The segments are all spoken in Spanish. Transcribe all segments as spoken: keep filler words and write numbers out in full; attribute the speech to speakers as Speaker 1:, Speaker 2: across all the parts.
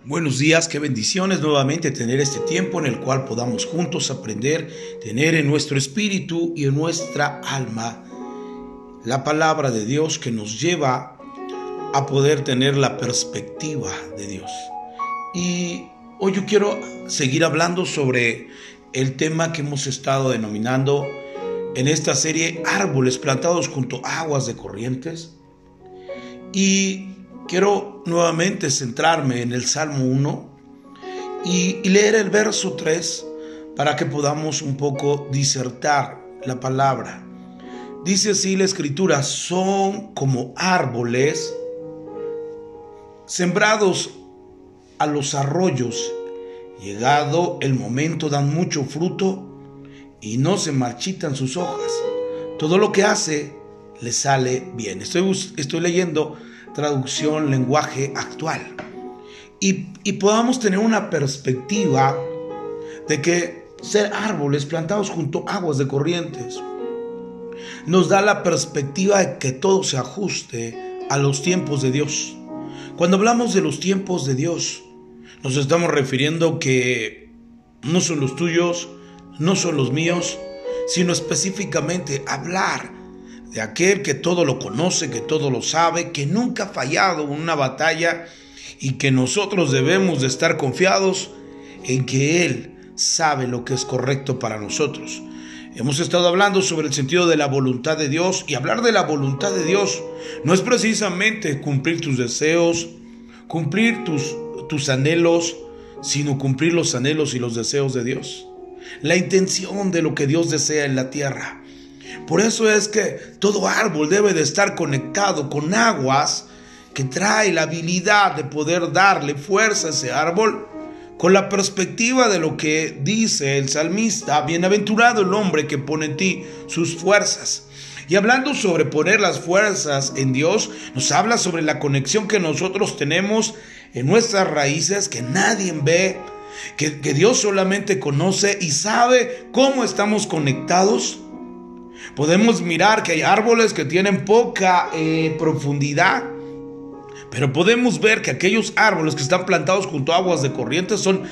Speaker 1: Buenos días, qué bendiciones nuevamente tener este tiempo en el cual podamos juntos aprender, tener en nuestro espíritu y en nuestra alma la palabra de Dios que nos lleva a poder tener la perspectiva de Dios. Y hoy yo quiero seguir hablando sobre el tema que hemos estado denominando en esta serie árboles plantados junto a aguas de corrientes. Y quiero nuevamente centrarme en el Salmo uno y, y leer el verso tres para que podamos un poco disertar la palabra. Dice así la escritura: son como árboles sembrados a los arroyos, llegado el momento dan mucho fruto y no se marchitan sus hojas. Todo lo que hace le sale bien. Estoy, estoy leyendo traducción lenguaje actual. Y, y podamos tener una perspectiva de que ser árboles plantados junto a aguas de corrientes nos da la perspectiva de que todo se ajuste a los tiempos de Dios. Cuando hablamos de los tiempos de Dios, nos estamos refiriendo que no son los tuyos, no son los míos, sino específicamente hablar de aquel que todo lo conoce, que todo lo sabe, que nunca ha fallado en una batalla y que nosotros debemos de estar confiados en que Él sabe lo que es correcto para nosotros. Hemos estado hablando sobre el sentido de la voluntad de Dios, y hablar de la voluntad de Dios no es precisamente cumplir tus deseos, cumplir tus, tus anhelos, sino cumplir los anhelos y los deseos de Dios. La intención de lo que Dios desea en la tierra. Por eso es que todo árbol debe de estar conectado con aguas que trae la habilidad de poder darle fuerza a ese árbol, con la perspectiva de lo que dice el salmista: bienaventurado el hombre que pone en ti sus fuerzas. Y hablando sobre poner las fuerzas en Dios, nos habla sobre la conexión que nosotros tenemos en nuestras raíces, que nadie ve, que, que Dios solamente conoce y sabe cómo estamos conectados. Podemos mirar que hay árboles que tienen poca eh, profundidad, pero podemos ver que aquellos árboles que están plantados junto a aguas de corrientes son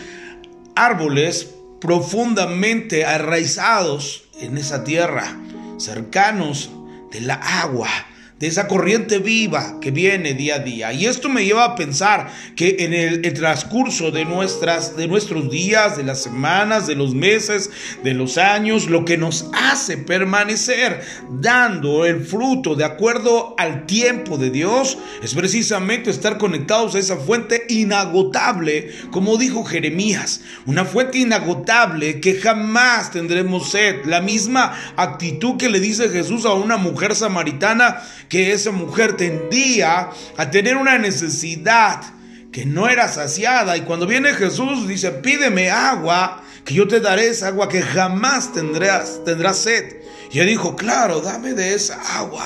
Speaker 1: árboles profundamente arraizados en esa tierra, cercanos de la agua, de esa corriente viva que viene día a día. Y esto me lleva a pensar que en el, el transcurso de, nuestras, de nuestros días, de las semanas, de los meses, de los años, lo que nos hace permanecer dando el fruto de acuerdo al tiempo de Dios es precisamente estar conectados a esa fuente inagotable, como dijo Jeremías, una fuente inagotable que jamás tendremos sed. La misma actitud que le dice Jesús a una mujer samaritana, que esa mujer tendía a tener una necesidad que no era saciada, y cuando viene Jesús dice: pídeme agua, que yo te daré esa agua que jamás tendrás, tendrás sed. Y ella dijo: claro, dame de esa agua.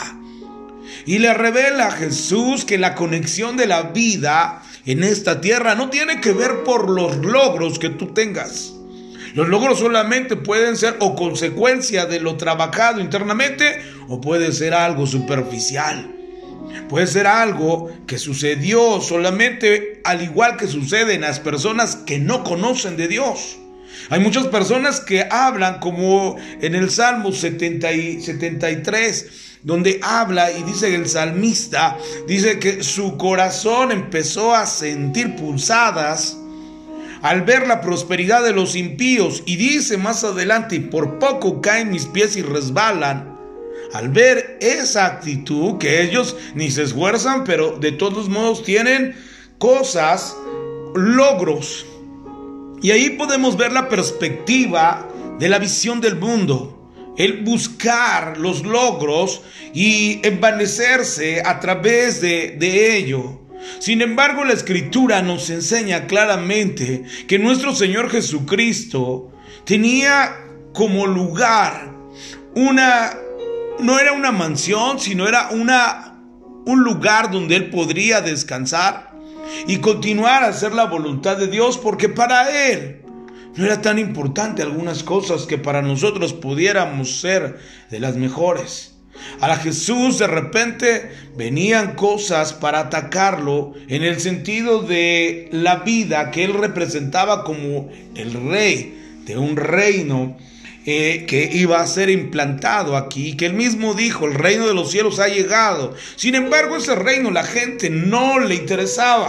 Speaker 1: Y le revela a Jesús que la conexión de la vida en esta tierra no tiene que ver por los logros que tú tengas. Los logros solamente pueden ser o consecuencia de lo trabajado internamente, o puede ser algo superficial. Puede ser algo que sucedió solamente, al igual que sucede en las personas que no conocen de Dios. Hay muchas personas que hablan, como en el Salmo setenta y tres, donde habla y dice el salmista, dice que su corazón empezó a sentir pulsadas al ver la prosperidad de los impíos, y dice más adelante: y por poco caen mis pies y resbalan. Al ver esa actitud, que ellos ni se esfuerzan, pero de todos modos tienen cosas, logros. Y ahí podemos ver la perspectiva de la visión del mundo, el buscar los logros y envanecerse a través de, de ello. Sin embargo, la Escritura nos enseña claramente que nuestro Señor Jesucristo tenía como lugar una, no era una mansión, sino era una, un lugar donde Él podría descansar y continuar a hacer la voluntad de Dios, porque para Él no era tan importante algunas cosas que para nosotros pudiéramos ser de las mejores. A la Jesús de repente venían cosas para atacarlo en el sentido de la vida que él representaba como el rey de un reino eh, que iba a ser implantado aquí, que él mismo dijo: el reino de los cielos ha llegado. Sin embargo, ese reino la gente no le interesaba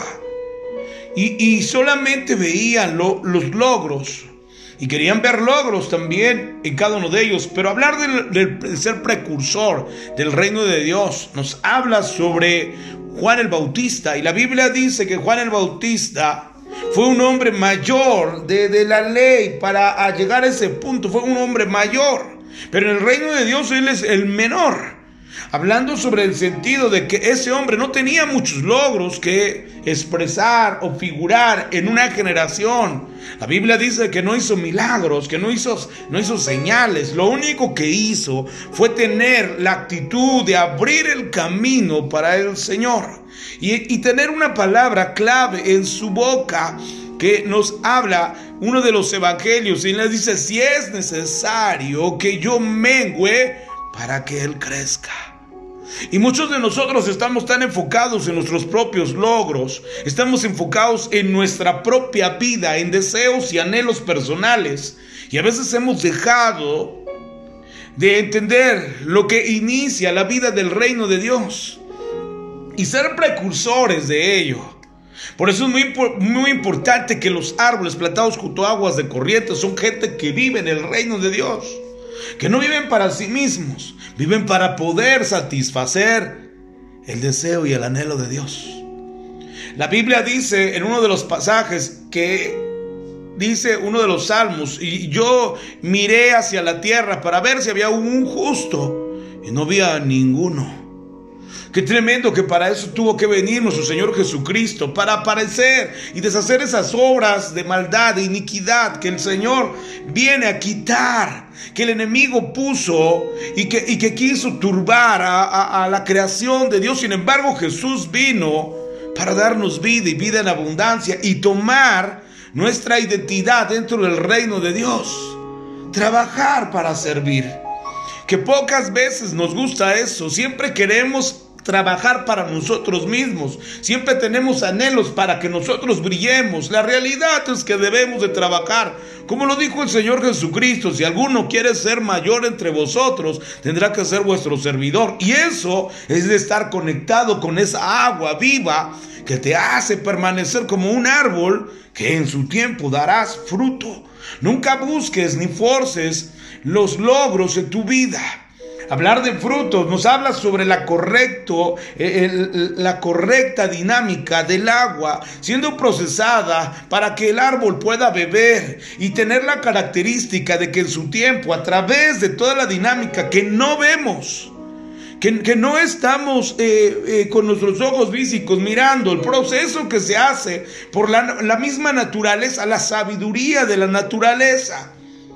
Speaker 1: y, y solamente veían lo, los logros. Y querían ver logros también en cada uno de ellos. Pero hablar de, de ser precursor del reino de Dios nos habla sobre Juan el Bautista. Y la Biblia dice que Juan el Bautista fue un hombre mayor de, de la ley para llegar a ese punto. Fue un hombre mayor. Pero en el reino de Dios él es el menor. Hablando sobre el sentido de que ese hombre no tenía muchos logros que expresar o figurar en una generación. La Biblia dice que no hizo milagros, que no hizo, no hizo señales. Lo único que hizo fue tener la actitud de abrir el camino para el Señor y, y tener una palabra clave en su boca que nos habla uno de los evangelios y le dice: si es necesario que yo mengüe para que Él crezca. Y muchos de nosotros estamos tan enfocados en nuestros propios logros, estamos enfocados en nuestra propia vida, en deseos y anhelos personales, y a veces hemos dejado de entender lo que inicia la vida del reino de Dios y ser precursores de ello. Por eso es muy, muy importante que los árboles plantados junto a aguas de corriente son gente que vive en el reino de Dios, que no viven para sí mismos, viven para poder satisfacer el deseo y el anhelo de Dios. La Biblia dice en uno de los pasajes que dice uno de los salmos: y yo miré hacia la tierra para ver si había un justo, y no había ninguno. Qué tremendo que para eso tuvo que venir nuestro Señor Jesucristo, para aparecer y deshacer esas obras de maldad, de iniquidad que el Señor viene a quitar, que el enemigo puso y que, y que quiso turbar a, a, a la creación de Dios. Sin embargo, Jesús vino para darnos vida y vida en abundancia y tomar nuestra identidad dentro del reino de Dios. Trabajar para servir. Que pocas veces nos gusta eso. Siempre queremos trabajar para nosotros mismos. Siempre tenemos anhelos para que nosotros brillemos. La realidad es que debemos de trabajar. Como lo dijo el Señor Jesucristo: si alguno quiere ser mayor entre vosotros, tendrá que ser vuestro servidor. Y eso es de estar conectado con esa agua viva que te hace permanecer como un árbol que en su tiempo darás fruto. Nunca busques ni forces los logros en tu vida. Hablar de frutos nos habla sobre la, correcto, el, la correcta dinámica del agua siendo procesada para que el árbol pueda beber y tener la característica de que en su tiempo, a través de toda la dinámica que no vemos, que, que no estamos eh, eh, con nuestros ojos físicos mirando el proceso que se hace por la, la misma naturaleza, la sabiduría de la naturaleza.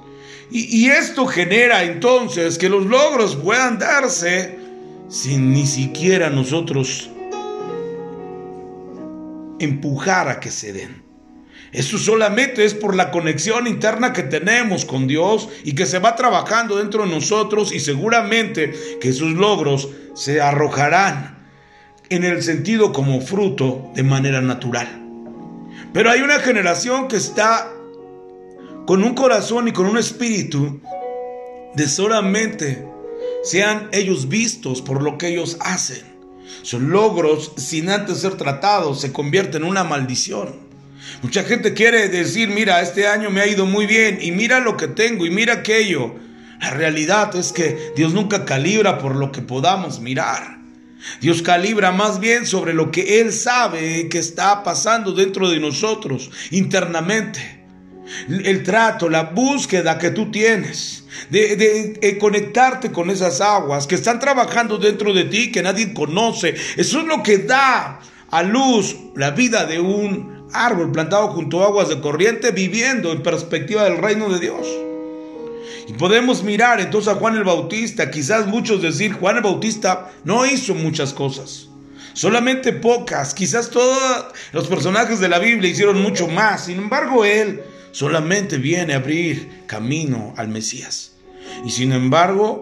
Speaker 1: Y, y esto genera entonces que los logros puedan darse sin ni siquiera nosotros empujar a que se den. Esto solamente es por la conexión interna que tenemos con Dios y que se va trabajando dentro de nosotros, y seguramente que esos logros se arrojarán en el sentido como fruto de manera natural. Pero hay una generación que está con un corazón y con un espíritu de solamente sean ellos vistos por lo que ellos hacen. Sus logros, sin antes ser tratados, se convierten en una maldición. Mucha gente quiere decir: mira, este año me ha ido muy bien, y mira lo que tengo, y mira aquello. La realidad es que Dios nunca calibra por lo que podamos mirar. Dios calibra más bien sobre lo que Él sabe que está pasando dentro de nosotros, internamente. El trato, la búsqueda que tú tienes de, de, de conectarte con esas aguas que están trabajando dentro de ti, que nadie conoce. Eso es lo que da a luz la vida de un árbol plantado junto a aguas de corriente, viviendo en perspectiva del reino de Dios. Y podemos mirar entonces a Juan el Bautista. Quizás muchos decir: Juan el Bautista no hizo muchas cosas, solamente pocas. Quizás todos los personajes de la Biblia hicieron mucho más. Sin embargo, él solamente viene a abrir camino al Mesías. Y sin embargo,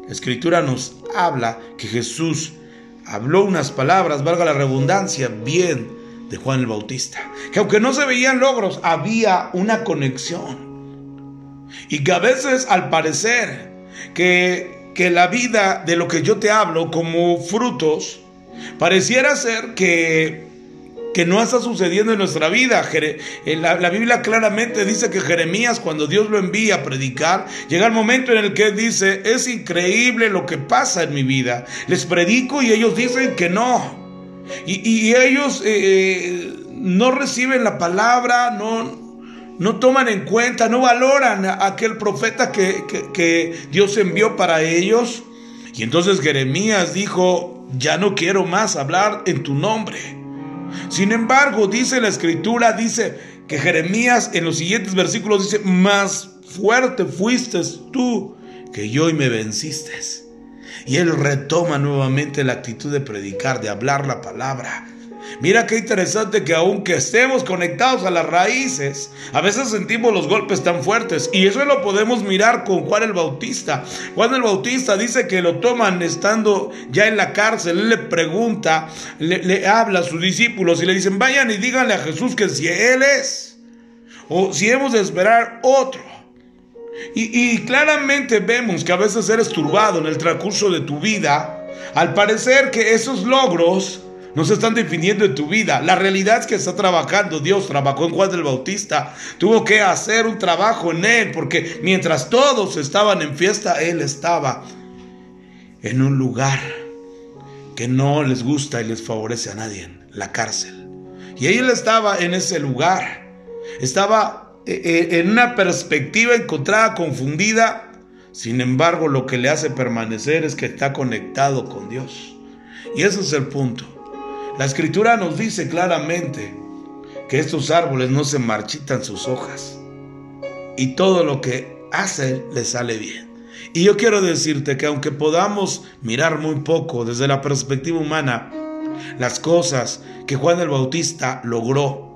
Speaker 1: La Escritura nos habla que Jesús habló unas palabras, valga la redundancia, bien de Juan el Bautista. Que aunque no se veían logros, había una conexión. Y que a veces, al parecer, que, que la vida de lo que yo te hablo como frutos, pareciera ser que, que no está sucediendo en nuestra vida. La, la Biblia claramente dice que Jeremías, cuando Dios lo envía a predicar, llega el momento en el que él dice: es increíble lo que pasa en mi vida. Les predico y ellos dicen que no. Y, y ellos eh, no reciben la palabra, no, no toman en cuenta, no valoran a aquel profeta que, que, que Dios envió para ellos. Y entonces Jeremías dijo: ya no quiero más hablar en tu nombre. Sin embargo, dice la Escritura, dice que Jeremías en los siguientes versículos dice: más fuerte fuiste tú que yo y me venciste. Y él retoma nuevamente la actitud de predicar, de hablar la palabra. Mira qué interesante que aunque estemos conectados a las raíces, a veces sentimos los golpes tan fuertes. Y eso lo podemos mirar con Juan el Bautista. Juan el Bautista dice que lo toman estando ya en la cárcel. Él le pregunta, le, le habla a sus discípulos y le dicen: vayan y díganle a Jesús que si él es, o si hemos de esperar otro. Y, y claramente vemos que a veces eres turbado en el transcurso de tu vida. Al parecer que esos logros no se están definiendo en tu vida. La realidad es que está trabajando. Dios trabajó en Juan el Bautista. Tuvo que hacer un trabajo en él, porque mientras todos estaban en fiesta, él estaba en un lugar que no les gusta y les favorece a nadie, la cárcel. Y él estaba en ese lugar. Estaba en una perspectiva encontrada, confundida. Sin embargo, lo que le hace permanecer es que está conectado con Dios. Y ese es el punto. La Escritura nos dice claramente que estos árboles no se marchitan sus hojas, y todo lo que hacen le sale bien. Y yo quiero decirte que aunque podamos mirar muy poco desde la perspectiva humana las cosas que Juan el Bautista logró,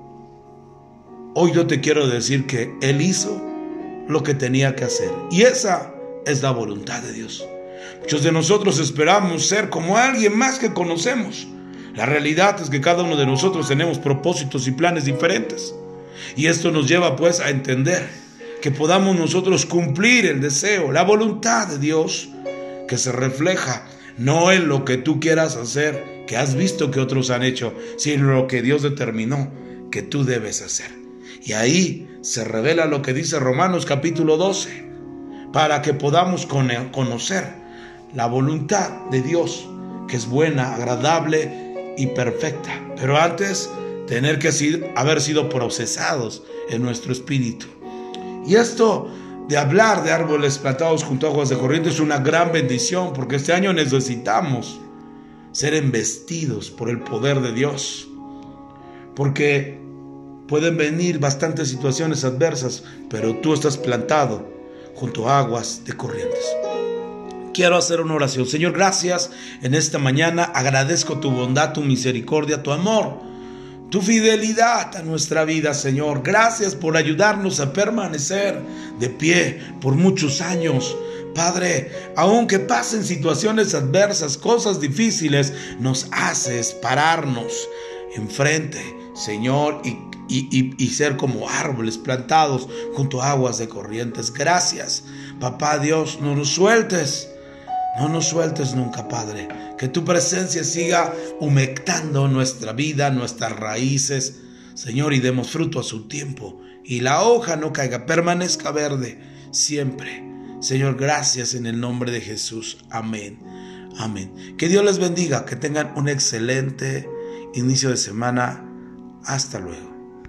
Speaker 1: hoy yo te quiero decir que él hizo lo que tenía que hacer, y esa es la voluntad de Dios. Muchos de nosotros esperamos ser como alguien más que conocemos. La realidad es que cada uno de nosotros tenemos propósitos y planes diferentes, y esto nos lleva pues a entender que podamos nosotros cumplir el deseo, la voluntad de Dios, que se refleja no en lo que tú quieras hacer, que has visto que otros han hecho, sino en lo que Dios determinó que tú debes hacer. Y ahí se revela lo que dice Romanos capítulo doce, para que podamos conocer la voluntad de Dios, que es buena, agradable y perfecta. Pero antes, tener que haber sido procesados en nuestro espíritu. Y esto de hablar de árboles plantados junto a aguas de corriente es una gran bendición, porque este año necesitamos ser embestidos por el poder de Dios, porque pueden venir bastantes situaciones adversas, pero tú estás plantado junto a aguas de corrientes. Quiero hacer una oración. Señor, gracias en esta mañana. Agradezco tu bondad, tu misericordia, tu amor, tu fidelidad a nuestra vida, Señor. Gracias por ayudarnos a permanecer de pie por muchos años. Padre, aunque pasen situaciones adversas, cosas difíciles, nos haces pararnos enfrente, Señor, y Y, y, y ser como árboles plantados junto a aguas de corrientes. Gracias, Papá Dios. No nos sueltes, no nos sueltes nunca, Padre. Que tu presencia siga humectando nuestra vida, nuestras raíces, Señor, y demos fruto a su tiempo, y la hoja no caiga, permanezca verde siempre. Señor, gracias en el nombre de Jesús. Amén, amén. Que Dios les bendiga, que tengan un excelente inicio de semana. Hasta luego.